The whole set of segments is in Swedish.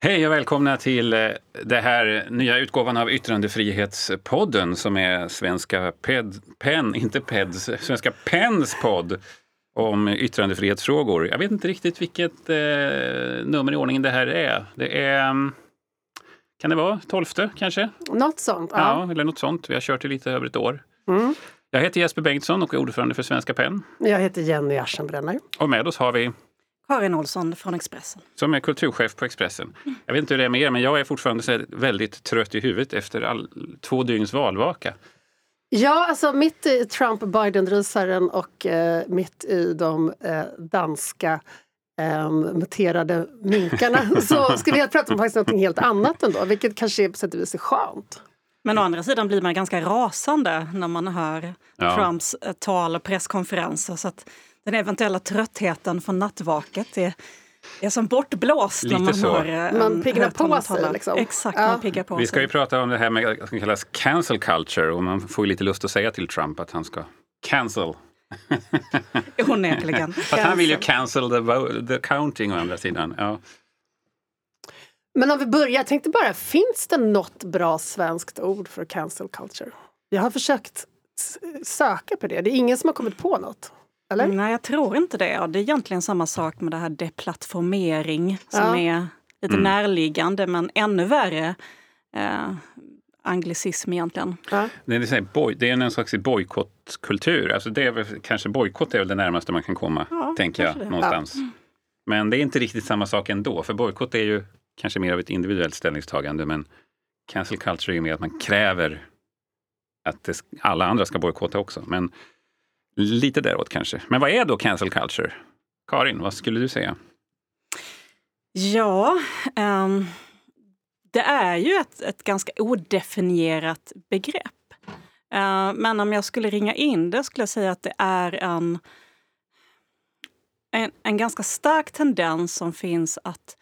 Hej och välkomna till det här nya utgåvan av Yttrandefrihetspodden som är Svenska Svenska Pens podd om yttrandefrihetsfrågor. Jag vet inte riktigt vilket nummer i ordningen det här är. Det är, kan det vara 12 kanske? Något sånt. Ja, eller något sånt. Vi har kört det lite över ett år. Mm. Jag heter Jesper Bengtsson och är ordförande för Svenska Pen. Jag heter Jenny Aschenbrenner. Och med oss har vi Karin Olsson från Expressen. Som är kulturchef på Expressen. Jag vet inte hur det är med er, men jag är fortfarande så väldigt trött i huvudet efter 2 dygns valvaka. Ja, alltså mitt i Trump-Biden-rysaren och mitt i de danska muterade minkarna så ska vi prata om faktiskt något helt annat ändå, vilket kanske på sätt och vis är skönt. Men å andra sidan blir man ganska rasande när man hör Trumps tal och presskonferenser, så att den eventuella tröttheten från nattvaket är som bortblåst. Lite när man så. hör man piggar på sig liksom. Exakt, man piggar på sig. Vi ska ju prata om det här med vad som kallas cancel culture, och man får ju lite lust att säga till Trump att han ska cancel. Onekligen. För att han vill ju cancel the counting å andra sidan. Ja. Men om vi börjar, jag tänkte bara, finns det något bra svenskt ord för cancel culture? Jag har försökt söka på det. Det är ingen som har kommit på något. Eller? Nej, jag tror inte det. Det är egentligen samma sak med det här deplattformering som är lite närliggande, men ännu värre anglicism egentligen. Ja. Det är en slags bojkottkultur. Alltså det är väl, kanske bojkott är väl det närmaste man kan komma, tänker jag, någonstans. Ja. Men det är inte riktigt samma sak ändå, för bojkott är ju kanske mer av ett individuellt ställningstagande, men cancel culture är ju mer att man kräver att alla andra ska bojkotta också. Men lite däråt kanske. Men vad är då cancel culture? Karin, vad skulle du säga? Ja, det är ju ett ganska odefinierat begrepp. Men om jag skulle ringa in det skulle jag säga att det är en ganska stark tendens som finns att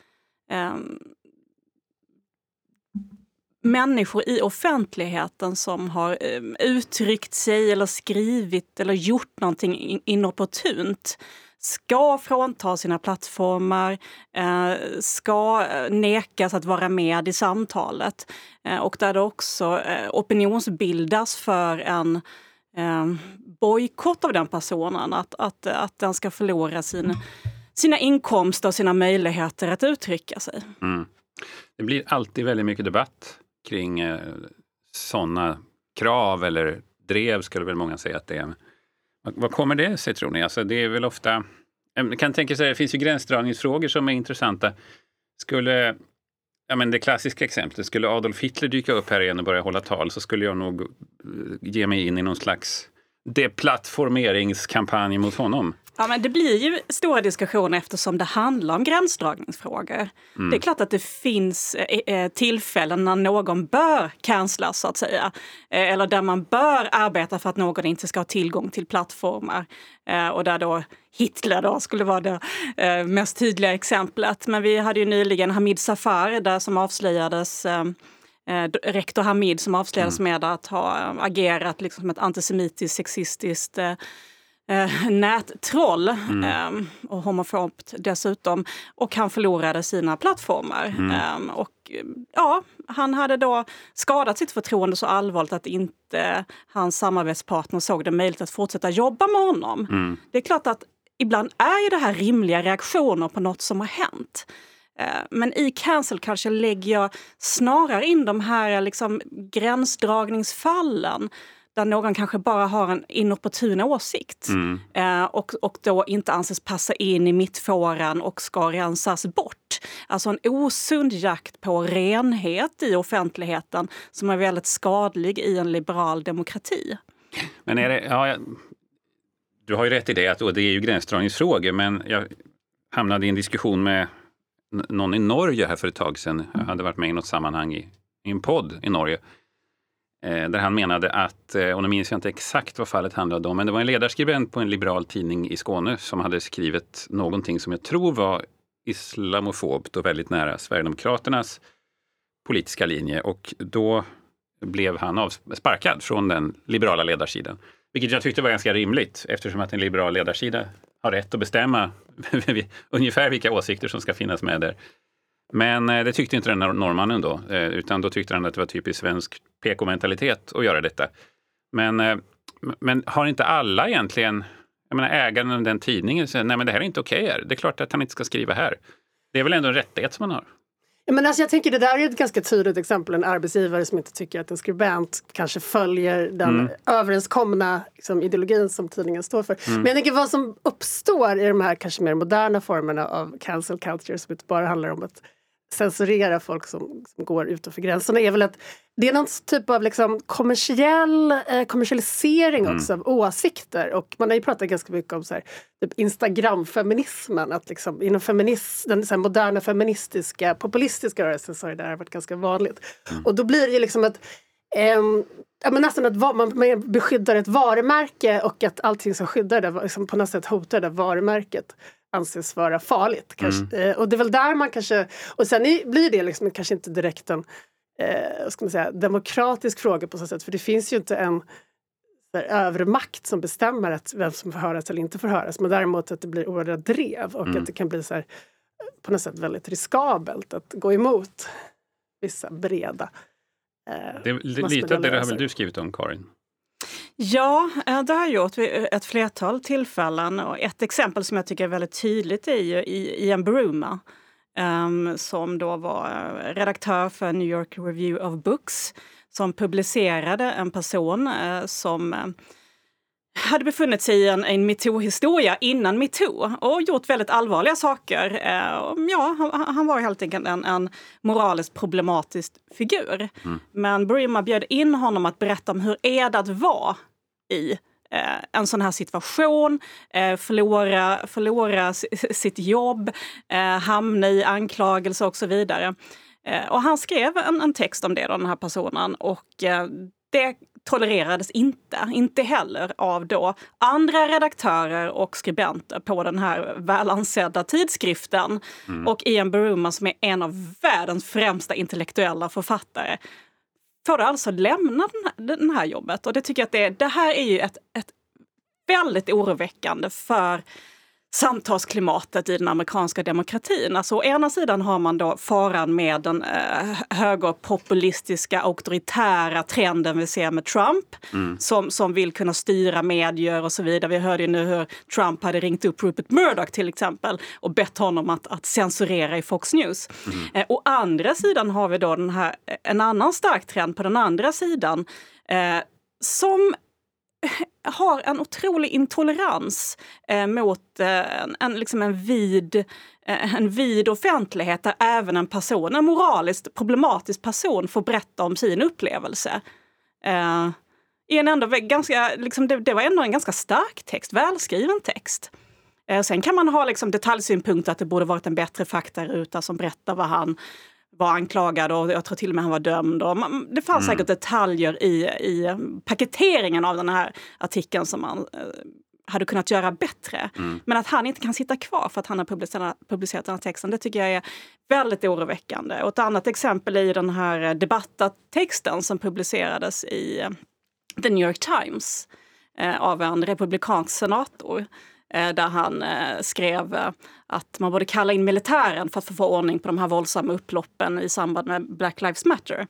människor i offentligheten som har uttryckt sig eller skrivit eller gjort någonting inopportunt ska frånta sina plattformar, ska nekas att vara med i samtalet. Och där det också opinionsbildas för en bojkott av den personen, att den ska förlora sina inkomster och sina möjligheter att uttrycka sig. Mm. Det blir alltid väldigt mycket debatt kring sådana krav eller drev, skulle väl många säga att det är. Vad kommer det sig, tror ni? Alltså det är väl ofta, jag kan tänka sig, det finns ju gränsdragningsfrågor som är intressanta. Det klassiska exemplet, skulle Adolf Hitler dyka upp här igen och börja hålla tal, så skulle jag nog ge mig in i någon slags deplattformeringskampanj mot honom. Ja, men det blir ju stora diskussioner eftersom det handlar om gränsdragningsfrågor. Det är klart att det finns tillfällen när någon bör cancelas, så att säga. Eller där man bör arbeta för att någon inte ska ha tillgång till plattformar. Och där då Hitler då skulle vara det mest tydliga exemplet. Men vi hade ju nyligen Hamid Safar där som avslöjades... rektor Hamid som avslöjades med att ha agerat liksom som ett antisemitiskt, sexistiskt nättroll och homofobt dessutom, och han förlorade sina plattformar han hade då skadat sitt förtroende så allvarligt att inte hans samarbetspartner såg det möjligt att fortsätta jobba med honom. Det är klart att ibland är ju det här rimliga reaktioner på något som har hänt. Men i cancel culture lägger jag snarare in de här liksom gränsdragningsfallen där någon kanske bara har en inopportun åsikt och då inte anses passa in i mittfåran och ska rensas bort. Alltså en osund jakt på renhet i offentligheten som är väldigt skadlig i en liberal demokrati. Men är det, du har ju rätt i det, att det är ju gränsdragningsfrågor, men jag hamnade i en diskussion med någon i Norge här för ett tag sedan. Jag hade varit med i något sammanhang i en podd i Norge. Där han menade att, och nu minns jag inte exakt vad fallet handlade om, men det var en ledarskribent på en liberal tidning i Skåne som hade skrivit någonting som jag tror var islamofobt och väldigt nära Sverigedemokraternas politiska linje. Och då blev han sparkad från den liberala ledarsidan. Vilket jag tyckte var ganska rimligt, eftersom att en liberal ledarsida har rätt att bestämma ungefär vilka åsikter som ska finnas med där. Men det tyckte inte den här norrmannen då, utan då tyckte han att det var typiskt svensk PK-mentalitet att göra detta. Men har inte alla egentligen, jag menar ägaren av den tidningen säger nej men det här är inte okej här. Det är klart att han inte ska skriva här. Det är väl ändå en rättighet som man har. Ja, men alltså jag tänker det där är ett ganska tydligt exempel. En arbetsgivare som inte tycker att en skribent kanske följer den överenskomna liksom, ideologin som tidningen står för. Men jag tänker vad som uppstår i de här kanske mer moderna formerna av cancel culture som inte bara handlar om att censurera folk som går utanför gränserna är väl att det är någon typ av liksom kommersialisering också av åsikter. Och man har ju pratat ganska mycket om så här, typ Instagram-feminismen. Att liksom, inom den så här moderna feministiska, populistiska rörelsen så har det där varit ganska vanligt. Och då blir det ju liksom att men nästan att man beskyddar ett varumärke och att allting som skyddar det liksom på något sätt hotar det varumärket anses vara farligt. Kanske. Och det är väl där man kanske... Och sen blir det liksom kanske inte direkt en ska man säga, demokratisk fråga på så sätt. För det finns ju inte en övermakt som bestämmer att vem som får höras eller inte får höras. Men däremot att det blir oerhörda drev och att det kan bli så här, på något sätt väldigt riskabelt att gå emot vissa breda lite av det har väl du skrivit om, Karin? Ja, det har jag gjort vid ett flertal tillfällen. Och ett exempel som jag tycker är väldigt tydligt är ju Ian Bruma. Som då var redaktör för New York Review of Books. Som publicerade en person som hade befunnit sig i en MeToo-historia innan MeToo och gjort väldigt allvarliga saker. Han var helt enkelt en moraliskt problematisk figur. Men Bruma bjöd in honom att berätta om hur är det att vara i en sån här situation, förlora sitt jobb, hamna i anklagelse och så vidare. Och han skrev en text om det då, den här personen, och det tolererades inte heller av då andra redaktörer och skribenter på den här välansedda tidskriften. Och Ian Bruma som är en av världens främsta intellektuella författare får alltså lämna den här jobbet. Och det tycker jag att det här är ju ett väldigt oroväckande för samtalsklimatet i den amerikanska demokratin. Alltså å ena sidan har man då faran med den högerpopulistiska auktoritära trenden vi ser med Trump som vill kunna styra medier och så vidare. Vi hörde ju nu hur Trump hade ringt upp Rupert Murdoch till exempel och bett honom att censurera i Fox News. Å andra sidan har vi då en annan stark trend på den andra sidan som har en otrolig intolerans mot en vid offentlighet där även en moraliskt problematisk person får berätta om sin upplevelse. I en ändå ganska, liksom, det var ändå en ganska stark text, välskriven text. Sen kan man ha liksom detaljsynpunkter att det borde varit en bättre faktaruta som berättar vad han var anklagad och jag tror till och med han var dömd. Och det fanns säkert detaljer i paketeringen av den här artikeln som man hade kunnat göra bättre. Men att han inte kan sitta kvar för att han har publicerat den här texten, det tycker jag är väldigt oroväckande. Och ett annat exempel är den här debatttexten som publicerades i The New York Times av en republikansk senator. Där han skrev att man borde kalla in militären för att få ordning på de här våldsamma upploppen i samband med Black Lives Matter.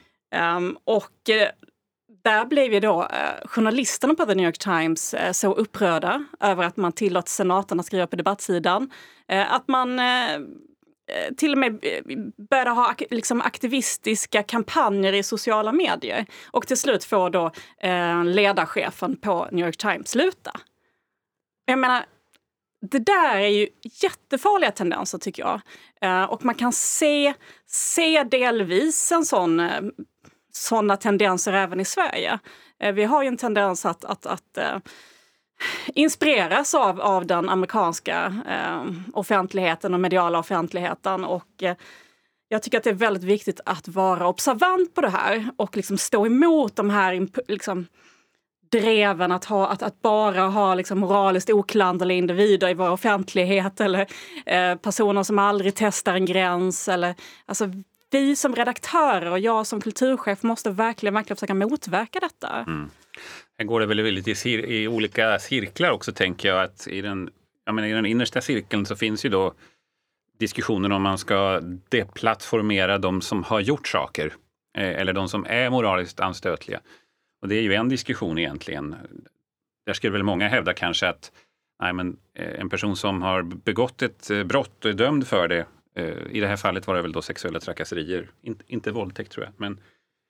Där blev ju då journalisterna på The New York Times så upprörda över att man tillåter senatorn att skriva på debattsidan. Att man till och med började ha liksom aktivistiska kampanjer i sociala medier. Och till slut får då ledarchefen på New York Times sluta. Jag menar, det där är ju jättefarliga tendenser tycker jag. Och man kan se delvis sådana tendenser även i Sverige. Vi har ju en tendens att inspireras av den amerikanska offentligheten och mediala offentligheten. Och jag tycker att det är väldigt viktigt att vara observant på det här och liksom stå emot de här dreven att bara ha liksom moraliskt oklanderliga individer i vår offentlighet eller personer som aldrig testar en gräns. Eller, alltså, vi som redaktörer och jag som kulturchef måste verkligen försöka motverka detta. Här går det väl väldigt i olika cirklar också, tänker jag. Att i den innersta cirkeln så finns ju då diskussionen om man ska deplattformera de som har gjort saker eller de som är moraliskt anstötliga. Och det är ju en diskussion egentligen. Där skulle väl många hävda kanske att en person som har begått ett brott och är dömd för det, i det här fallet var det väl då sexuella trakasserier, inte våldtäkt tror jag, men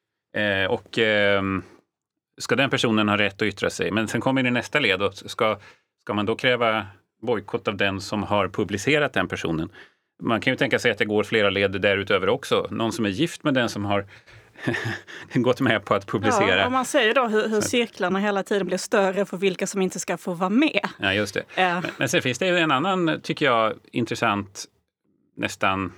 ska den personen ha rätt att yttra sig? Men sen kommer det nästa led och ska man då kräva bojkott av den som har publicerat den personen? Man kan ju tänka sig att det går flera led därutöver också. Någon som är gift med den som har gått med på att publicera. Ja, och man säger då hur cirklarna hela tiden blir större för vilka som inte ska få vara med. Ja, just det. Men sen finns det ju en annan, tycker jag, intressant nästan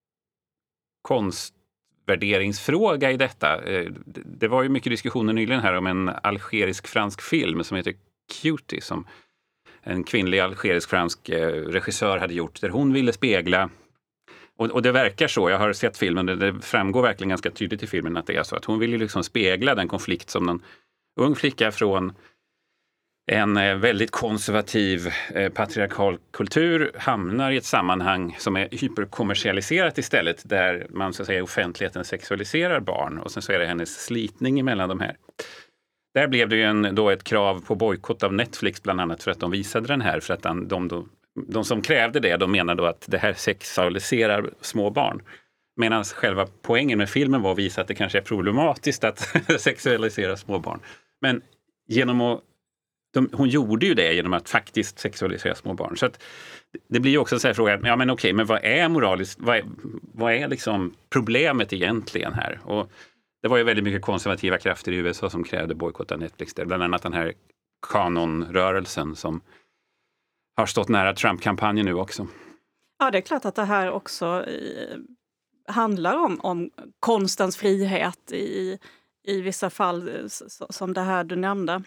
konstvärderingsfråga i detta. Det var ju mycket diskussioner nyligen här om en algerisk-fransk film som heter Cutie, som en kvinnlig algerisk-fransk regissör hade gjort, där hon ville spegla, och det verkar så, jag har sett filmen, det framgår verkligen ganska tydligt i filmen att det är så, att hon ville liksom spegla den konflikt som en ung flicka från en väldigt konservativ patriarkal kultur hamnar i ett sammanhang som är hyperkommersialiserat istället, där man så att säga offentligheten sexualiserar barn, och sen så är det hennes slitning emellan de här. Där blev det ju då ett krav på bojkott av Netflix bland annat för att de visade den här, för att de som krävde det, de menade då att det här sexualiserar små barn. Medan själva poängen med filmen var att visa att det kanske är problematiskt att sexualisera små barn. Men hon gjorde ju det genom att faktiskt sexualisera små barn. Så att det blir ju också en sån här fråga, ja men okej, men vad är moraliskt, vad är liksom problemet egentligen här? Och det var ju väldigt mycket konservativa krafter i USA som krävde bojkott av Netflix. Bland annat den här kanonrörelsen som har stått nära Trump-kampanjen nu också. Ja, det är klart att det här också handlar om konstens frihet i vissa fall, som det här du nämnde.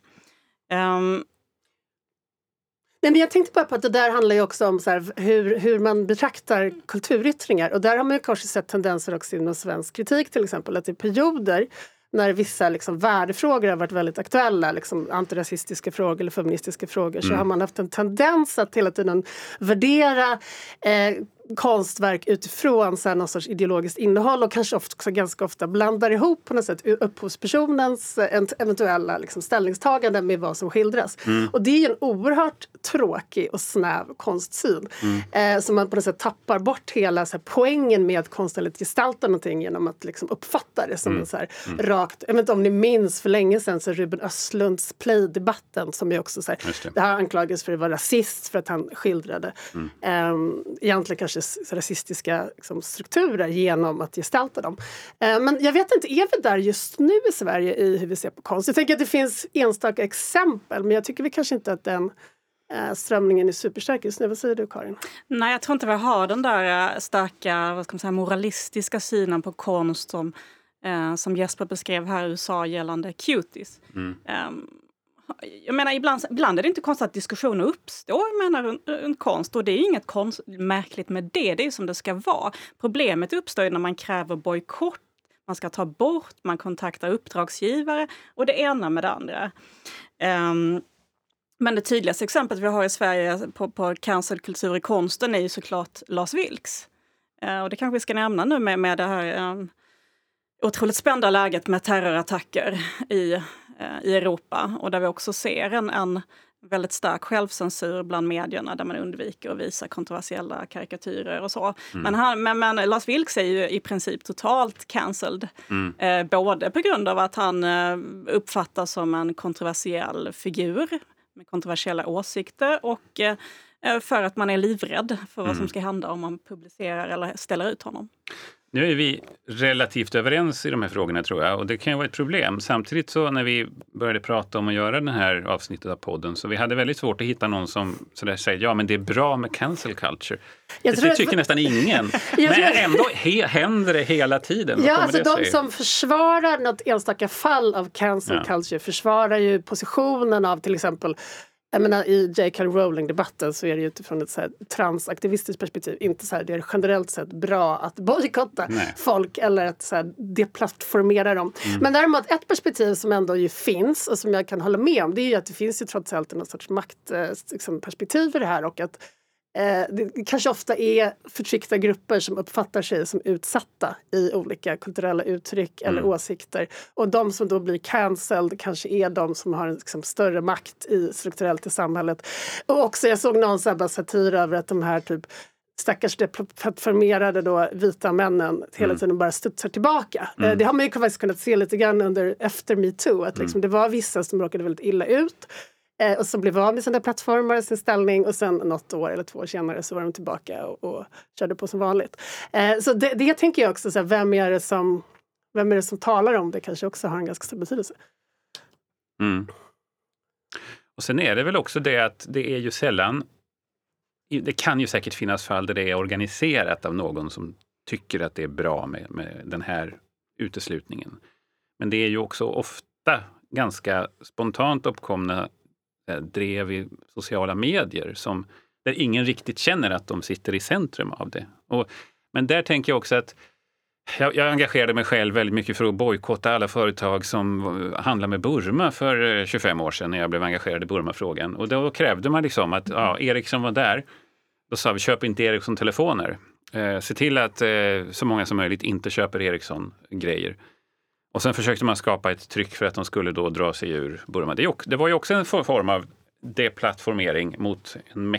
Nej, men jag tänkte bara på att det där handlar ju också om så här, hur man betraktar kulturyttringar. Och där har man ju kanske sett tendenser också inom svensk kritik till exempel. Att i perioder när vissa liksom värdefrågor har varit väldigt aktuella, liksom antirasistiska frågor eller feministiska frågor, så har man haft en tendens att hela tiden värdera konstverk utifrån så här, någon sorts ideologiskt innehåll, och kanske också ganska ofta blandar ihop på något sätt upphovspersonens eventuella liksom, ställningstagande med vad som skildras. Och det är ju en oerhört tråkig och snäv konstsyn som man på något sätt tappar bort hela så här, poängen med att konstnärligt gestalta någonting genom att liksom, uppfatta det som en så här, rakt, jag vet inte om ni minns för länge sedan så Ruben Östlunds Play-debatten som är också så här, det här anklagades för att vara rasist för att han skildrade egentligen kanske rasistiska liksom, strukturer genom att gestalta dem. Men jag vet inte, är vi där just nu i Sverige i hur vi ser på konst? Jag tänker att det finns enstaka exempel, men jag tycker vi kanske inte att den strömningen är superstark just nu. Vad säger du, Karin? Nej, jag tror inte vi har den där starka, vad ska man säga, moralistiska synen på konst som Jesper beskrev här i USA gällande Cuties. Jag menar, ibland är det inte konstigt att diskussioner uppstår, jag menar, en konst, och det är inget märkligt med det, det är som det ska vara. Problemet uppstår när man kräver bojkott, man ska ta bort, man kontaktar uppdragsgivare och det ena med det andra. Men det tydligaste exemplet vi har i Sverige på cancelkultur i konsten är ju såklart Lars Vilks. Och det kanske vi ska nämna nu med det här otroligt spända läget med terrorattacker i Europa, och där vi också ser en väldigt stark självcensur bland medierna där man undviker att visa kontroversiella karikatyrer och så. Men Lars Vilks är ju i princip totalt cancelled. Både på grund av att han uppfattas som en kontroversiell figur med kontroversiella åsikter och för att man är livrädd för vad som ska hända om man publicerar eller ställer ut honom. Nu är vi relativt överens i de här frågorna, tror jag, och det kan ju vara ett problem. Samtidigt så när vi började prata om att göra den här avsnittet av podden, så vi hade väldigt svårt att hitta någon som så där säger, ja men det är bra med cancel culture. Det tycker nästan ingen. Men ändå händer det hela tiden. Ja, alltså de som försvarar något enstaka fall av cancel culture försvarar ju positionen av till exempel, jag menar, i J.K. Rowling-debatten så är det ju utifrån ett så här transaktivistiskt perspektiv inte så här, det är generellt sett bra att bojkotta folk eller att så här, deplattformera dem. Men däremot ett perspektiv som ändå ju finns och som jag kan hålla med om, det är ju att det finns ju trots allt en sorts maktperspektiv i det här, och att det kanske ofta är förtryckta grupper som uppfattar sig som utsatta i olika kulturella uttryck eller åsikter. Och de som då blir cancelled kanske är de som har en liksom större makt strukturellt i samhället. Och också jag såg någon satir över att de här typ stackars deplattformerade då vita männen hela tiden bara studsar tillbaka. Det har man ju faktiskt kunnat se lite grann efter MeToo, att liksom det var vissa som råkade väldigt illa ut och som blev av med sina plattformar, sin ställning, och sen något år eller 2 år senare så var de tillbaka och körde på som vanligt. Så det tänker jag också, så här, vem är det som talar om det kanske också har en ganska stor betydelse. Och sen är det väl också det att det är ju sällan, det kan ju säkert finnas fall där det är organiserat av någon som tycker att det är bra med den här uteslutningen. Men det är ju också ofta ganska spontant uppkomna drev i sociala medier där ingen riktigt känner att de sitter i centrum av det. Men där tänker jag också att jag engagerade mig själv väldigt mycket för att bojkotta alla företag som handlar med Burma för 25 år sedan när jag blev engagerad i Burma-frågan. Och då krävde man liksom att Ericsson var där. Då sa vi, köp inte Ericsson-telefoner. Se till att så många som möjligt inte köper Ericsson-grejer. Och sen försökte man skapa ett tryck för att de skulle då dra sig ur Burma. Det var ju också en form av deplattformering mot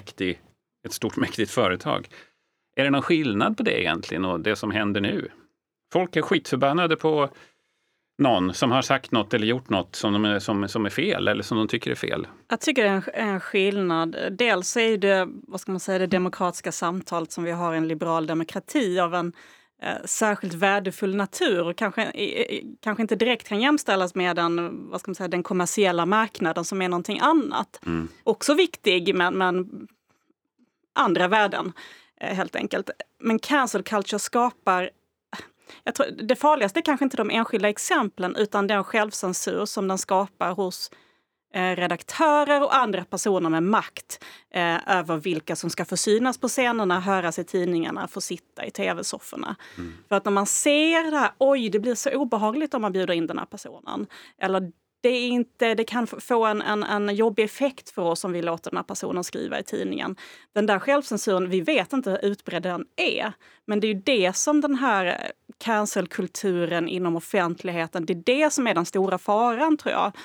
ett stort mäktigt företag. Är det någon skillnad på det egentligen och det som händer nu? Folk är skitförbannade på någon som har sagt något eller gjort något som är fel eller som de tycker är fel. Jag tycker det är en skillnad. Dels är det, det demokratiska samtalet som vi har i en liberal demokrati av en särskilt värdefull natur och kanske inte direkt kan jämställas med den kommersiella marknaden som är någonting annat. Också viktig, men andra värden helt enkelt. Men cancel culture skapar, jag tror, det farligaste är kanske inte de enskilda exemplen utan den självcensur som den skapar hos redaktörer och andra personer med makt över vilka som ska få synas på scenerna, höras i tidningarna, få sitta i tv-sofforna. För att när man ser det här, det blir så obehagligt om man bjuder in den här personen. Eller det kan få en jobbig effekt för oss om vi låter den här personen skriva i tidningen. Den där självcensuren, vi vet inte hur utbredd den är. Men det är ju det som den här cancelkulturen inom offentligheten, det är det som är den stora faran, tror jag.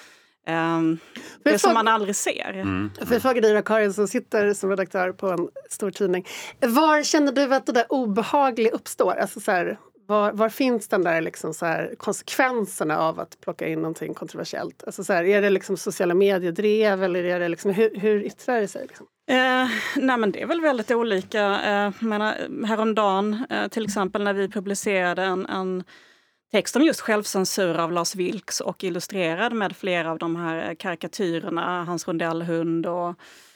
Det som man aldrig ser. För jag frågar dig, Karin, som sitter som redaktör på en stor tidning. Var känner du att det där obehagliga uppstår? Alltså så här, var finns den där liksom så här konsekvenserna av att plocka in någonting kontroversiellt? Alltså så här, är det liksom sociala mediedrev eller är det liksom, hur yttrar det sig? Liksom? Nej, men det är väl väldigt olika. Häromdagen till exempel när vi publicerade en text om just självcensur av Lars Vilks och illustrerad med flera av de här karikatyrerna, hans rondellhund och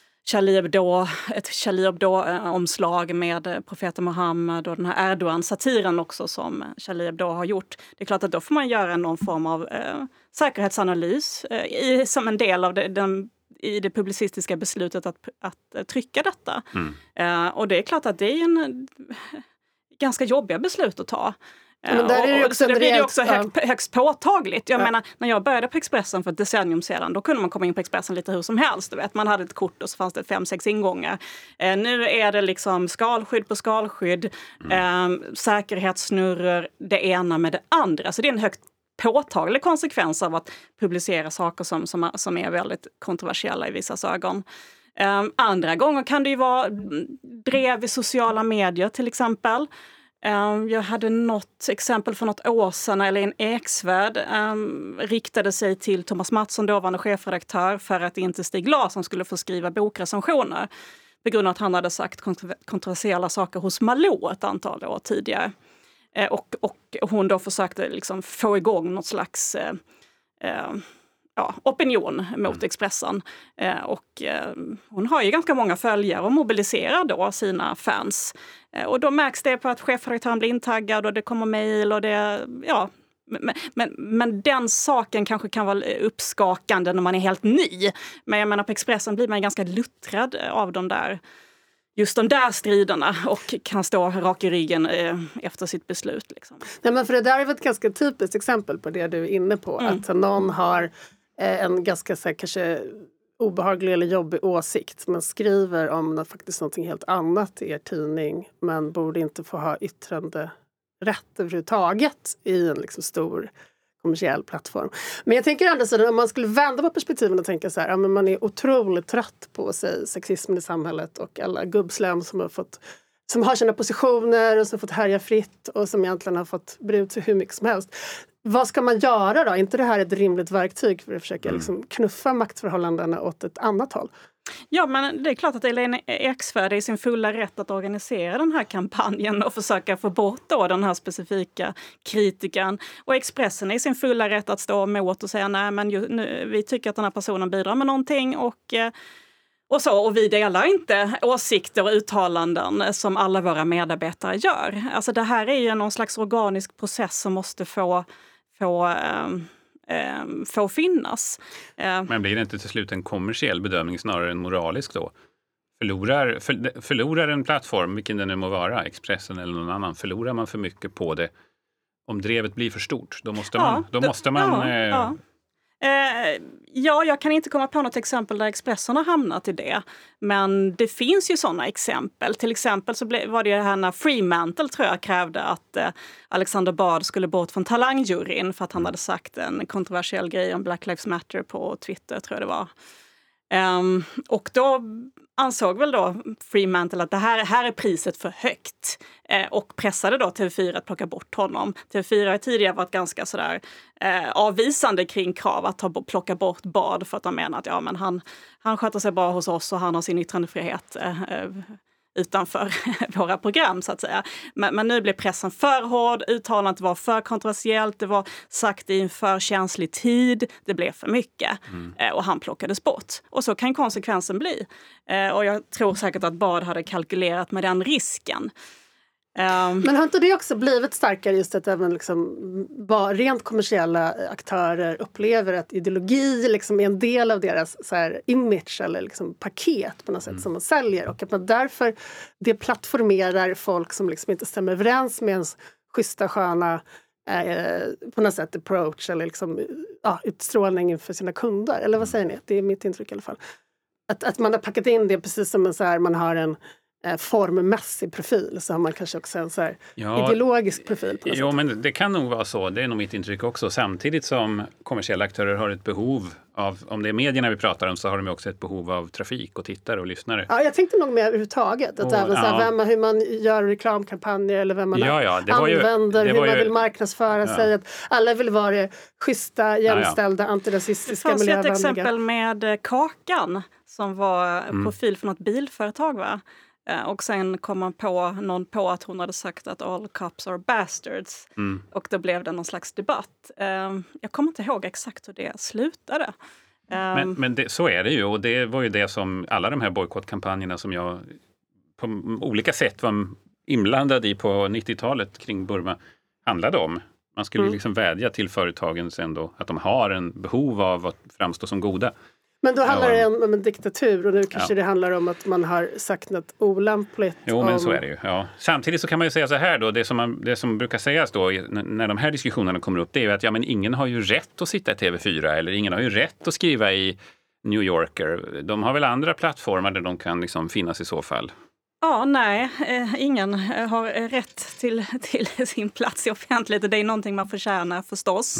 ett Charlie Hebdo-omslag med profeten Muhammed och den här Erdogan-satiren också som Charlie Hebdo har gjort. Det är klart att då får man göra någon form av säkerhetsanalys som en del av i det publicistiska beslutet att trycka detta. Och det är klart att det är en ganska jobbiga beslut att ta. Men där är det också det blir också högst påtagligt. Jag menar, när jag började på Expressen för ett decennium sedan, då kunde man komma in på Expressen lite hur som helst. Du vet. Man hade ett kort och så fanns det 5-6 ingångar. Nu är det liksom skalskydd på skalskydd, säkerhetssnurror, det ena med det andra. Så det är en högt påtaglig konsekvens av att publicera saker som är väldigt kontroversiella i vissas ögon. Andra gånger kan det ju vara drev i sociala medier till exempel. Jag hade något exempel för något år sedan, eller en Eksvärd riktade sig till Thomas Mattsson, dåvarande chefredaktör, för att inte Stig Larsson skulle få skriva bokrecensioner på grund av att han hade sagt kontroversiella saker hos Malou ett antal år tidigare. Och hon då försökte liksom få igång något slags opinion mot Expressen. Hon har ju ganska många följare och mobiliserar då sina fans. Och då märks det på att chefredaktören blir intaggad och det kommer mejl och det, men den saken kanske kan vara uppskakande när man är helt ny. Men jag menar, på Expressen blir man ganska luttrad av de där striderna och kan stå rak i ryggen efter sitt beslut. Liksom. Nej, men för det där är ett ganska typiskt exempel på det du är inne på. Att någon har en ganska så här, kanske obehaglig eller jobbig åsikt men skriver om faktiskt någonting helt annat i er tidning men borde inte få ha yttrande rätt överhuvudtaget i en liksom stor kommersiell plattform. Men jag tänker ändå så om man skulle vända på perspektiven och tänka så här, ja, men man är otroligt trött på sexismen i samhället och alla gubbslem som har sina positioner och som fått härja fritt och som egentligen har fått brut sig hur mycket som helst. Vad ska man göra då? Är inte det här ett rimligt verktyg för att försöka liksom knuffa maktförhållandena åt ett annat håll? Ja, men det är klart att Lena Eksvärd är i sin fulla rätt att organisera den här kampanjen och försöka få bort då den här specifika kritiken. Och Expressen är i sin fulla rätt att stå emot och säga nej, men vi tycker att den här personen bidrar med någonting och vi delar inte åsikter och uttalanden som alla våra medarbetare gör. Alltså det här är ju någon slags organisk process som måste få finnas. Men blir det inte till slut en kommersiell bedömning snarare än moralisk då? Förlorar en plattform, vilken det nu må vara, Expressen eller någon annan, förlorar man för mycket på det? Om drevet blir för stort, då måste man... Jag kan inte komma på något exempel där Expressen har hamnat i det. Men det finns ju sådana exempel. Till exempel så var det här när Fremantle tror jag krävde att Alexander Bard skulle bort från Talangjuryn för att han hade sagt en kontroversiell grej om Black Lives Matter på Twitter tror jag det var. Och då ansåg väl då Fremantle att det här är priset för högt och pressade då TV4 att plocka bort honom. TV4 har tidigare varit ganska sådär avvisande kring krav att plocka bort Bard för att de menar att ja, men han sköter sig bra hos oss och han har sin yttrandefrihet utanför våra program så att säga. Men nu blev pressen för hård, uttalandet var för kontroversiellt, det var sagt i en för känslig tid, det blev för mycket och han plockades bort. Och så kan konsekvensen bli. Och jag tror säkert att Bard hade kalkylerat med den risken. Men har inte det också blivit starkare just att även liksom rent kommersiella aktörer upplever att ideologi liksom är en del av deras så här, image eller liksom paket på något sätt som man säljer och att man därför det plattformerar folk som liksom inte stämmer överens med ens schyssta sköna på något sätt approach eller liksom, utstrålning för sina kunder eller vad säger ni? Det är mitt intryck i alla fall. Att man har packat in det precis som en så här, man har en formmässig profil så har man kanske också en så här ideologisk profil på något sätt. Men det kan nog vara så. Det är nog mitt intryck också. Samtidigt som kommersiella aktörer har ett behov av, om det är medierna vi pratar om så har de också ett behov av trafik och tittare och lyssnare. Ja, jag tänkte nog mer överhuvudtaget. Att även så här, hur man gör reklamkampanjer eller vem man använder, hur man vill marknadsföra sig. Att alla vill vara schyssta, jämställda, antirasistiska, miljövänliga. Det fanns ett exempel med Kakan som var profil för något bilföretag va? Och sen kom man på att hon hade sagt att all cops are bastards. Och då blev det någon slags debatt. Jag kommer inte ihåg exakt hur det slutade. Men så är det ju. Och det var ju det som alla de här bojkottkampanjerna som jag på olika sätt var inblandad i på 90-talet kring Burma handlade om. Man skulle liksom vädja till företagen sen då att de har en behov av att framstå som goda. Men då handlar det om en diktatur och nu kanske det handlar om att man har sagt något olämpligt. Jo, men så är det ju. Ja. Samtidigt så kan man ju säga så här då, det som brukar sägas då när de här diskussionerna kommer upp, det är ju att men ingen har ju rätt att sitta i TV4 eller ingen har ju rätt att skriva i New Yorker. De har väl andra plattformar där de kan liksom finnas i så fall. Ja, nej. Ingen har rätt till sin plats i offentlighet. Det är någonting man förtjänar förstås.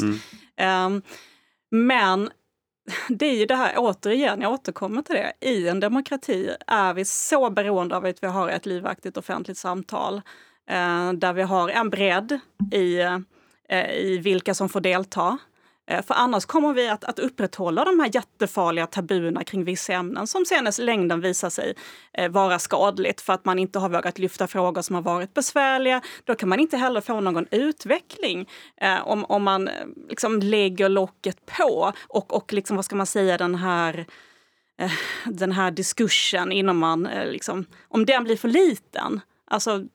Men det är ju det här, återigen, jag återkommer till det. I en demokrati är vi så beroende av att vi har ett livaktigt offentligt samtal där vi har en bredd i vilka som får delta. För annars kommer vi att upprätthålla de här jättefarliga tabuerna kring vissa ämnen som senast längden visar sig vara skadligt för att man inte har vågat lyfta frågor som har varit besvärliga. Då kan man inte heller få någon utveckling om man liksom lägger locket på och liksom, vad ska man säga, den här diskursen innan man liksom, om den blir för liten, alltså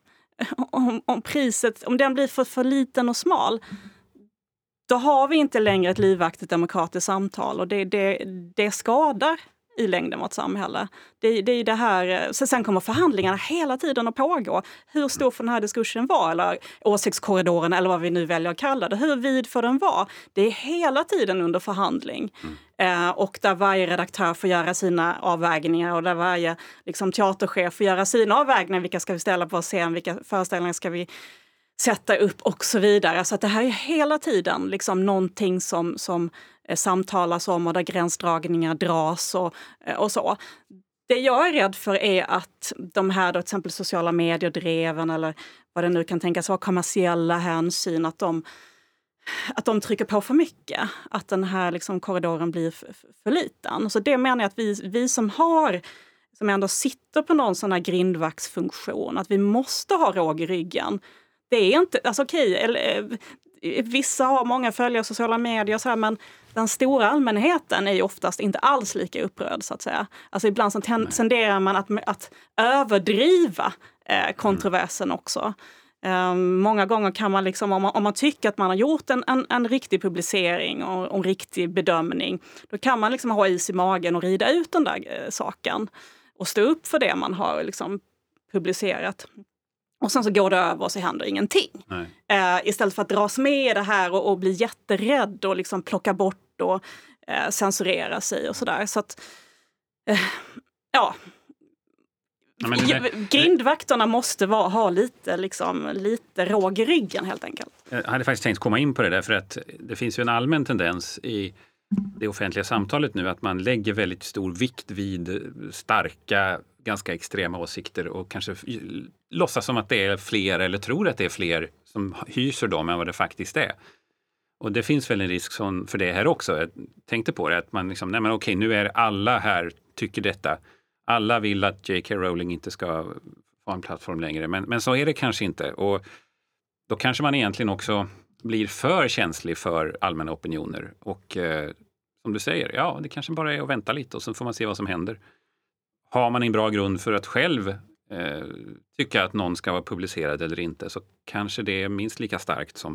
om den blir för liten och smal, då har vi inte längre ett livaktigt demokratiskt samtal och det skadar i längden vårt samhälle. Det är det här, så sen kommer förhandlingarna hela tiden att pågå. Hur stor får den här diskursen vara, eller åsiktskorridoren eller vad vi nu väljer att kalla det, hur vid får den vara? Det är hela tiden under förhandling. Och där varje redaktör får göra sina avvägningar och där varje liksom, teaterchef får göra sina avvägningar. Vilka ska vi ställa på scen, vilka föreställningar ska vi sätta upp och så vidare. Så att det här är hela tiden liksom, någonting som samtalas om och där gränsdragningar dras och så. Det jag är rädd för är att de här då, till exempel sociala medier-dreven eller vad det nu kan tänkas vara, kommersiella hänsyn, att de trycker på för mycket. Att den här liksom, korridoren blir för liten. Så det menar jag att vi som ändå sitter på någon sån här grindvaktsfunktion, att vi måste ha råg i ryggen. Det är inte, alltså vissa har många följare i sociala medier och så här, men den stora allmänheten är ju oftast inte alls lika upprörd så att säga. Alltså ibland så tenderar man att överdriva kontroversen också. Många gånger kan man liksom, om man tycker att man har gjort en riktig publicering och en riktig bedömning, då kan man liksom ha is i magen och rida ut den där saken och stå upp för det man har liksom publicerat. Och sen så går det över och så händer ingenting. Istället för att dras med i det här och bli jätterädd och liksom plocka bort och censurera sig och sådär. Så att, ja. Grindvakterna måste ha lite råg i ryggen helt enkelt. Jag hade faktiskt tänkt komma in på det där för att det finns ju en allmän tendens i det offentliga samtalet nu att man lägger väldigt stor vikt vid starka, ganska extrema åsikter och kanske låtsas som att det är fler eller tror att det är fler som hyser dem än vad det faktiskt är. Och det finns väl en risk för det här också. Jag tänkte på det att man liksom, nej men okej, nu är alla här tycker detta. Alla vill att J.K. Rowling inte ska få en plattform längre. Men så är det kanske inte. Och då kanske man egentligen också blir för känslig för allmänna opinioner. Och som du säger, ja det kanske bara är att vänta lite och så får man se vad som händer. Har man en bra grund för att själv tycka att någon ska vara publicerad eller inte så kanske det är minst lika starkt som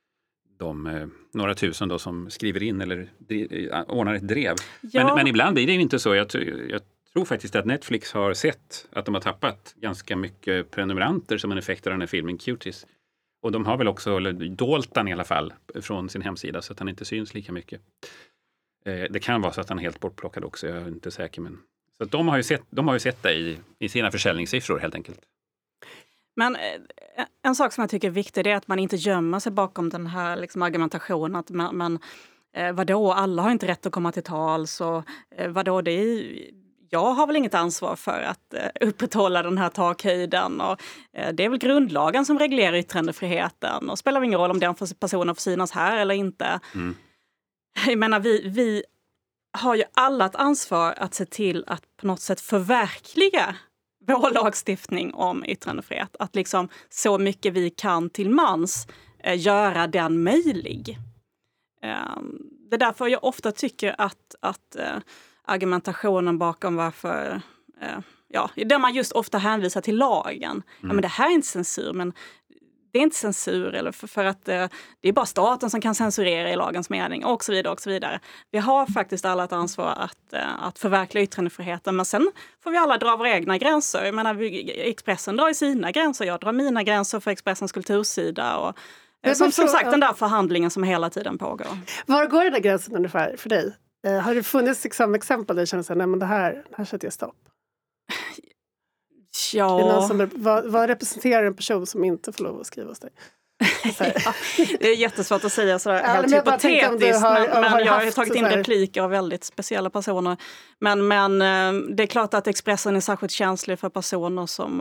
de några tusen då som skriver in eller ordnar ett drev. Ja. Men ibland blir det ju inte så. Jag tror faktiskt att Netflix har sett att de har tappat ganska mycket prenumeranter som en effekt av den här filmen Cuties. Och de har väl också dolt den i alla fall från sin hemsida så att han inte syns lika mycket. Det kan vara så att han är helt bortplockad också, jag är inte säker. Men... Så att de har ju sett det i sina försäljningssiffror helt enkelt. Men en sak som jag tycker är viktig är att man inte gömmer sig bakom den här liksom, argumentationen att vadå, alla har inte rätt att komma till tals och vadå, jag har väl inget ansvar för att upprätthålla den här takhöjden och det är väl grundlagen som reglerar yttrandefriheten och spelar ingen roll om den personen får synas här eller inte. Jag menar, vi har ju alla ett ansvar att se till att på något sätt förverkliga vår lagstiftning om yttrandefrihet. Att liksom så mycket vi kan till mans göra den möjlig. Det är därför jag ofta tycker att argumentationen bakom varför... där man just ofta hänvisar till lagen. Ja, men det här är inte censur, men det är inte censur eller för att det är bara staten som kan censurera i lagens mening och så vidare och så vidare. Vi har faktiskt alla ett ansvar att förverkliga yttrandefriheten, men sen får vi alla dra våra egna gränser. Jag menar, Expressen drar i sina gränser, jag drar mina gränser för Expressens kultursida och som sagt den där förhandlingen som hela tiden pågår. Var går den där gränsen ungefär för dig? Har det funnits liksom exempel där du känner sig, nej men det här sätter jag stopp? Ja. Vad representerar en person som inte får lov att skriva hos dig? Ja, det är jättesvårt att säga sådär helt hypotetiskt. Men jag har tagit in repliker av väldigt speciella personer. Men det är klart att Expressen är särskilt känslig för personer som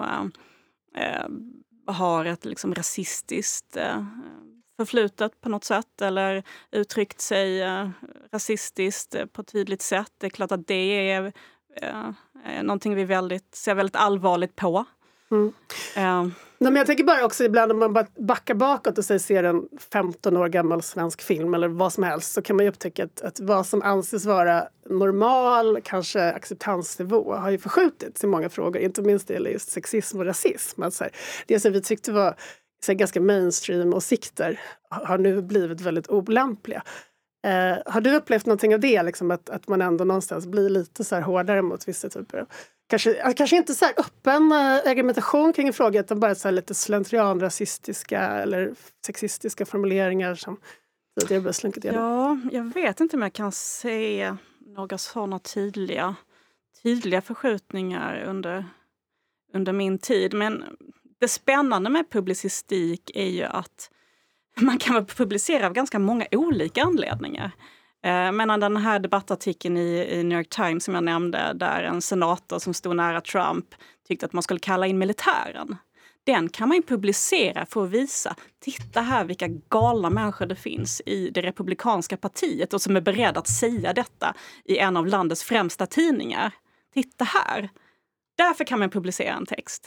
har ett liksom rasistiskt förflutet på något sätt eller uttryckt sig rasistiskt på ett tydligt sätt. Det är klart att det är någonting vi ser väldigt allvarligt på. Men jag tänker bara också ibland om man bara backar bakåt och ser en 15 år gammal svensk film eller vad som helst så kan man ju upptäcka att vad som anses vara normal, kanske acceptansnivå har ju förskjutits i många frågor. Inte minst det gäller just sexism och rasism. Alltså, det som vi tyckte var ganska mainstream-åsikter har nu blivit väldigt olämpliga. Har du upplevt någonting av det? Liksom, att man ändå någonstans blir lite så här hårdare mot vissa typer av... Kanske inte så här öppen argumentation kring en fråga, utan bara så här lite slentrianrasistiska eller sexistiska formuleringar som tidigare blev slunket igenom. Ja, jag vet inte om jag kan se några sådana tydliga förskjutningar under min tid. Men det spännande med publicistik är ju att man kan publicera av ganska många olika anledningar. Men den här debattartikeln i New York Times som jag nämnde, där en senator som stod nära Trump tyckte att man skulle kalla in militären. Den kan man ju publicera för att visa, titta här vilka galna människor det finns i det republikanska partiet och som är beredda att säga detta i en av landets främsta tidningar. Titta här. Därför kan man publicera en text.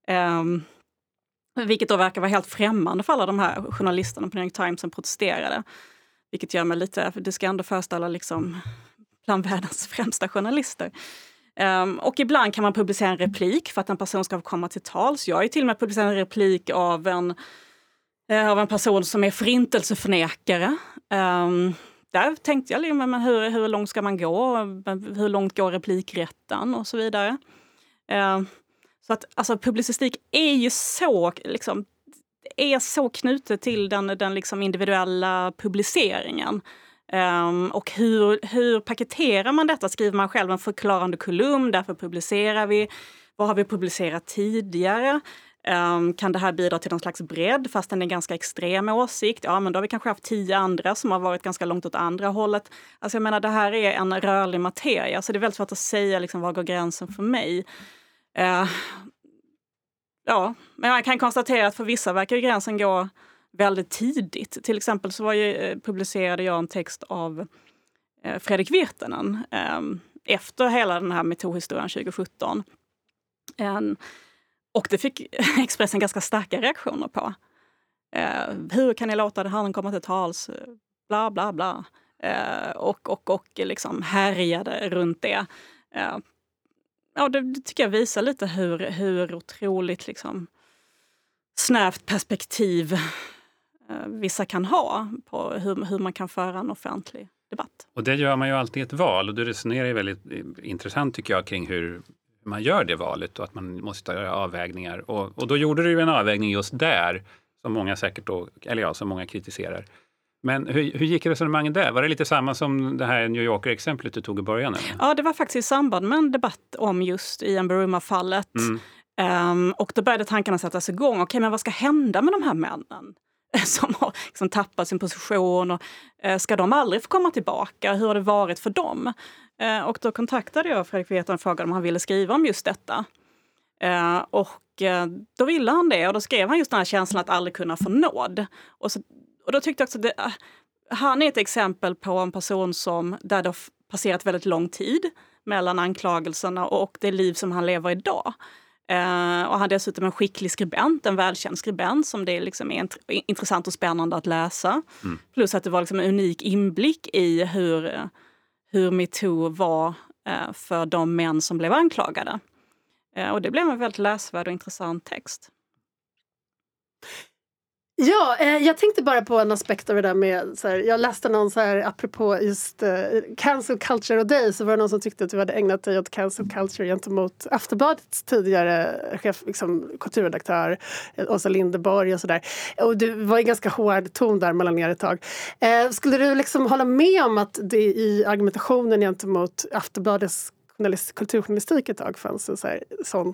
Vilket då verkar vara helt främmande för alla de här journalisterna på New York Times som protesterade. Vilket gör mig lite, för det ska ändå föreställa liksom bland världens främsta journalister. Och ibland kan man publicera en replik för att en person ska komma till tals. Jag har ju till och med publicerat en replik av en person som är förintelseförnekare. Där tänkte jag, men hur långt ska man gå? Hur långt går replikrätten och så vidare. Så att alltså, publicistik är ju så liksom, är så knutet till den liksom individuella publiceringen. Och hur paketerar man detta? Skriver man själv en förklarande kolumn? Därför publicerar vi. Vad har vi publicerat tidigare? Kan det här bidra till någon slags bredd fast den är ganska extrem åsikt? Ja, men då har vi kanske haft 10 andra som har varit ganska långt åt andra hållet. Alltså jag menar, det här är en rörlig materia. Så det är väldigt svårt att säga liksom, var går gränsen för mig. Ja, men man kan konstatera att för vissa verkar gränsen gå väldigt tidigt. Till exempel så publicerade jag en text av Fredrik Virtanen efter hela den här MeToo-historien 2017. Och det fick Expressen ganska starka reaktioner på. Hur kan ni låta det här komma till tals? Bla bla bla. Och liksom härjade runt det. Ja, det tycker jag visar lite hur otroligt liksom snävt perspektiv vissa kan ha på hur man kan föra en offentlig debatt. Och det gör man ju alltid ett val, och du resonerar ju väldigt intressant tycker jag kring hur man gör det valet och att man måste göra avvägningar. Och då gjorde du ju en avvägning just där som många säkert då, eller ja, som många kritiserar. Men hur gick resonemanget där? Var det lite samma som det här New Yorker-exemplet du tog i början? Eller? Ja, det var faktiskt i samband med en debatt om just Ian Buruma-fallet. Och då började tankarna sättas igång. Okej, men vad ska hända med de här männen som har liksom tappat sin position? Och, ska de aldrig få komma tillbaka? Hur har det varit för dem? Och då kontaktade jag Fredrik Virtanen och frågade om han ville skriva om just detta. Och då ville han det. Och då skrev han just den här känslan att aldrig kunna få nåd. Och då tyckte jag också att han är ett exempel på en person där det har passerat väldigt lång tid mellan anklagelserna och det liv som han lever idag. Och han är dessutom en skicklig skribent, en välkänd skribent som det liksom är intressant och spännande att läsa. Plus att det var liksom en unik inblick i hur MeToo var för de män som blev anklagade. Och det blev en väldigt läsvärd och intressant text. Ja, jag tänkte bara på en aspekt av det där med, så här, jag läste någon så här, apropå just cancel culture och dig, så var det någon som tyckte att du hade ägnat dig åt cancel culture gentemot Aftonbladets tidigare chef, liksom, kulturredaktör Åsa Linderborg och sådär. Och du var i ganska hård ton där mellan er ett tag. Skulle du liksom hålla med om att det i argumentationen gentemot Aftonbladets kulturjournalistik ett tag fanns en sån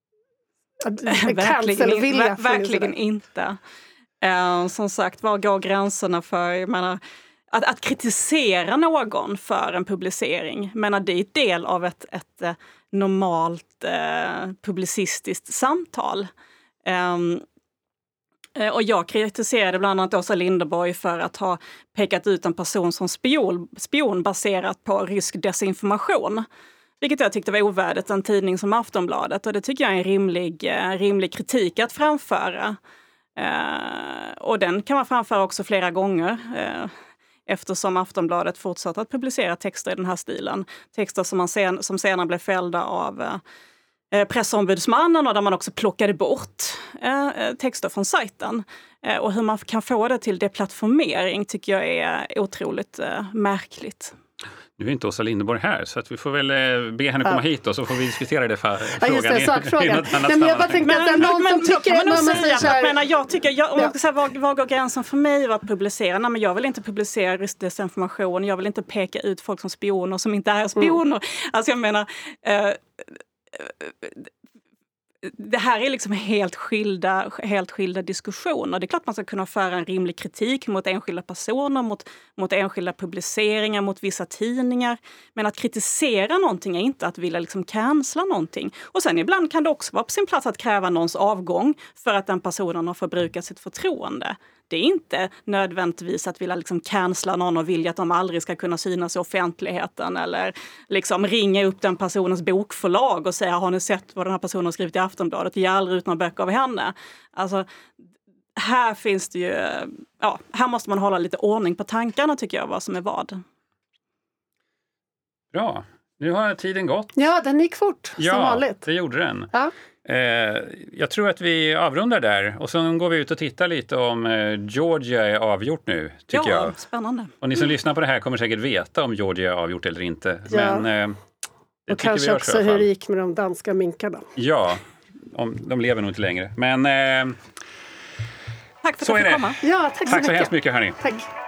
verkligen inte. Som sagt, var går gränserna för, jag menar, att kritisera någon för en publicering, men det är en del av ett normalt publicistiskt samtal. Och jag kritiserade bland annat Åsa Linderborg för att ha pekat ut en person som spion baserat på rysk desinformation. Vilket jag tyckte var ovärdigt en tidning som Aftonbladet, och det tycker jag är en rimlig kritik att framföra. Och den kan man framföra också flera gånger eftersom Aftonbladet fortsatte att publicera texter i den här stilen. Texter som senare blev fällda av pressombudsmannen och där man också plockade bort texter från sajten. Och hur man kan få det till deplattformering tycker jag är otroligt märkligt. Nu är inte Åsa Linderborg här, så att vi får väl be henne komma hit och så får vi diskutera det frågan. Ja, just det, sakfrågan. Men jag bara tänkte att det är någon som tycker att man säger så här... Vad går gränsen för mig att publicera? Nej, men jag vill inte publicera desinformation, jag vill inte peka ut folk som spioner som inte är spioner. Alltså jag menar... det här är liksom helt skilda diskussioner. Det är klart man ska kunna föra en rimlig kritik mot enskilda personer, mot enskilda publiceringar, mot vissa tidningar. Men att kritisera någonting är inte att vilja liksom cancella någonting. Och sen ibland kan det också vara på sin plats att kräva någons avgång för att den personen har förbrukat sitt förtroende. Det är inte nödvändigtvis att vilja liksom cancella någon och vilja att de aldrig ska kunna synas i offentligheten eller liksom ringa upp den personens bokförlag och säga har ni sett vad den här personen har skrivit i Aftonbladet? Ge aldrig ut några böcker av henne. Alltså, här finns det ju... Ja, här måste man hålla lite ordning på tankarna tycker jag, vad som är vad. Bra. Nu har tiden gått. Ja, den gick fort som vanligt. Ja, det gjorde den. Ja. Jag tror att vi avrundar där och sen går vi ut och tittar lite om Georgia är avgjort nu, tycker jag. Ja, spännande. Och ni som lyssnar på det här kommer säkert veta om Georgia är avgjort eller inte. Ja. Men, och kanske också hur det gick med de danska minkarna. Ja, de lever nog inte längre. Men tack för att du fick komma. Ja, tack så mycket. Tack så hemskt mycket, hörni. Tack.